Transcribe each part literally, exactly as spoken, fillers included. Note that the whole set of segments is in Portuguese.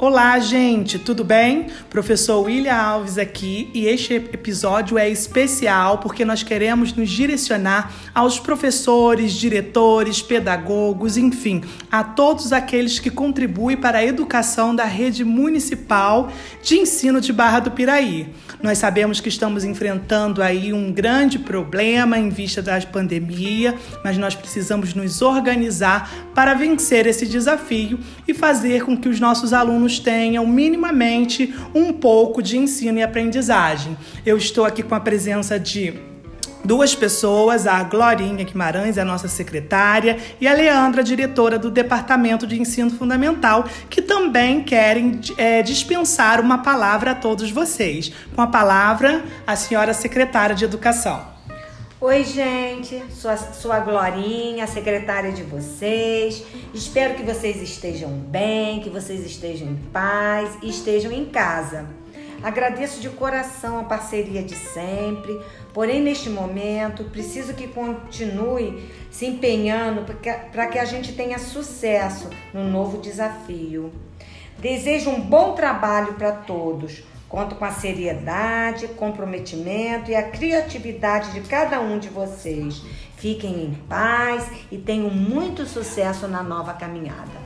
Olá, gente, tudo bem? Professor William Alves aqui e este episódio é especial porque nós queremos nos direcionar aos professores, diretores, pedagogos, enfim, a todos aqueles que contribuem para a educação da rede municipal de ensino de Barra do Piraí. Nós sabemos que estamos enfrentando aí um grande problema em vista da pandemia, mas nós precisamos nos organizar para vencer esse desafio e fazer com que os nossos alunos tenham minimamente um pouco de ensino e aprendizagem. Eu estou aqui com a presença de duas pessoas, a Glorinha Guimarães, a nossa secretária, e a Leandra, diretora do Departamento de Ensino Fundamental, que também querem é, dispensar uma palavra a todos vocês. Com a palavra, a senhora secretária de Educação. Oi, gente, sou a, sou a Glorinha, secretária de vocês. Espero que vocês estejam bem, que vocês estejam em paz e estejam em casa. Agradeço de coração a parceria de sempre, porém neste momento preciso que continue se empenhando para que a gente tenha sucesso no novo desafio. Desejo um bom trabalho para todos. Conto com a seriedade, comprometimento e a criatividade de cada um de vocês. Fiquem em paz e tenham muito sucesso na nova caminhada.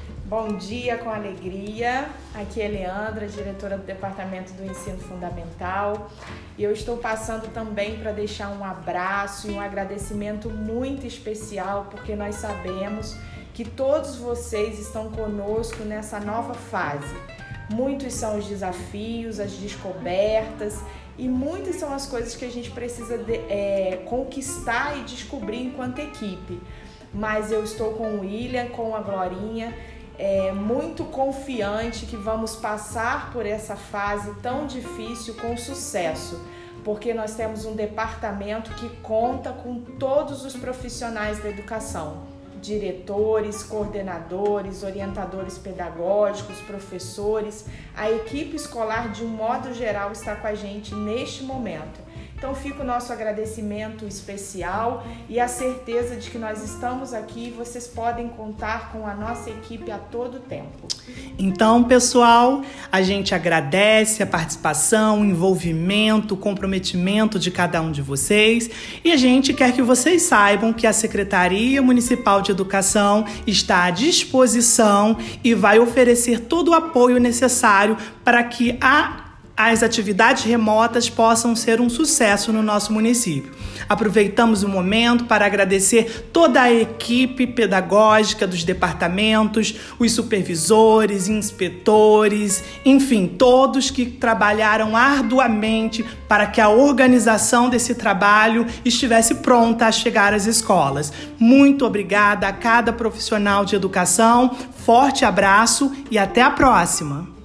Bom dia com alegria, aqui é Leandra, diretora do Departamento do Ensino Fundamental, e eu estou passando também para deixar um abraço e um agradecimento muito especial, porque nós sabemos que todos vocês estão conosco nessa nova fase. Muitos são os desafios, as descobertas e muitas são as coisas que a gente precisa de, é, conquistar e descobrir enquanto equipe. Mas eu estou com o William, com a Glorinha, É, muito confiante que vamos passar por essa fase tão difícil com sucesso, porque nós temos um departamento que conta com todos os profissionais da educação, diretores, coordenadores, orientadores pedagógicos, professores, a equipe escolar de um modo geral está com a gente neste momento. Então fica o nosso agradecimento especial e a certeza de que nós estamos aqui e vocês podem contar com a nossa equipe a todo tempo. Então, pessoal, a gente agradece a participação, o envolvimento, o comprometimento de cada um de vocês e a gente quer que vocês saibam que a Secretaria Municipal de Educação está à disposição e vai oferecer todo o apoio necessário para que a as atividades remotas possam ser um sucesso no nosso município. Aproveitamos o momento para agradecer toda a equipe pedagógica dos departamentos, os supervisores, inspetores, enfim, todos que trabalharam arduamente para que a organização desse trabalho estivesse pronta a chegar às escolas. Muito obrigada a cada profissional de educação, forte abraço e até a próxima!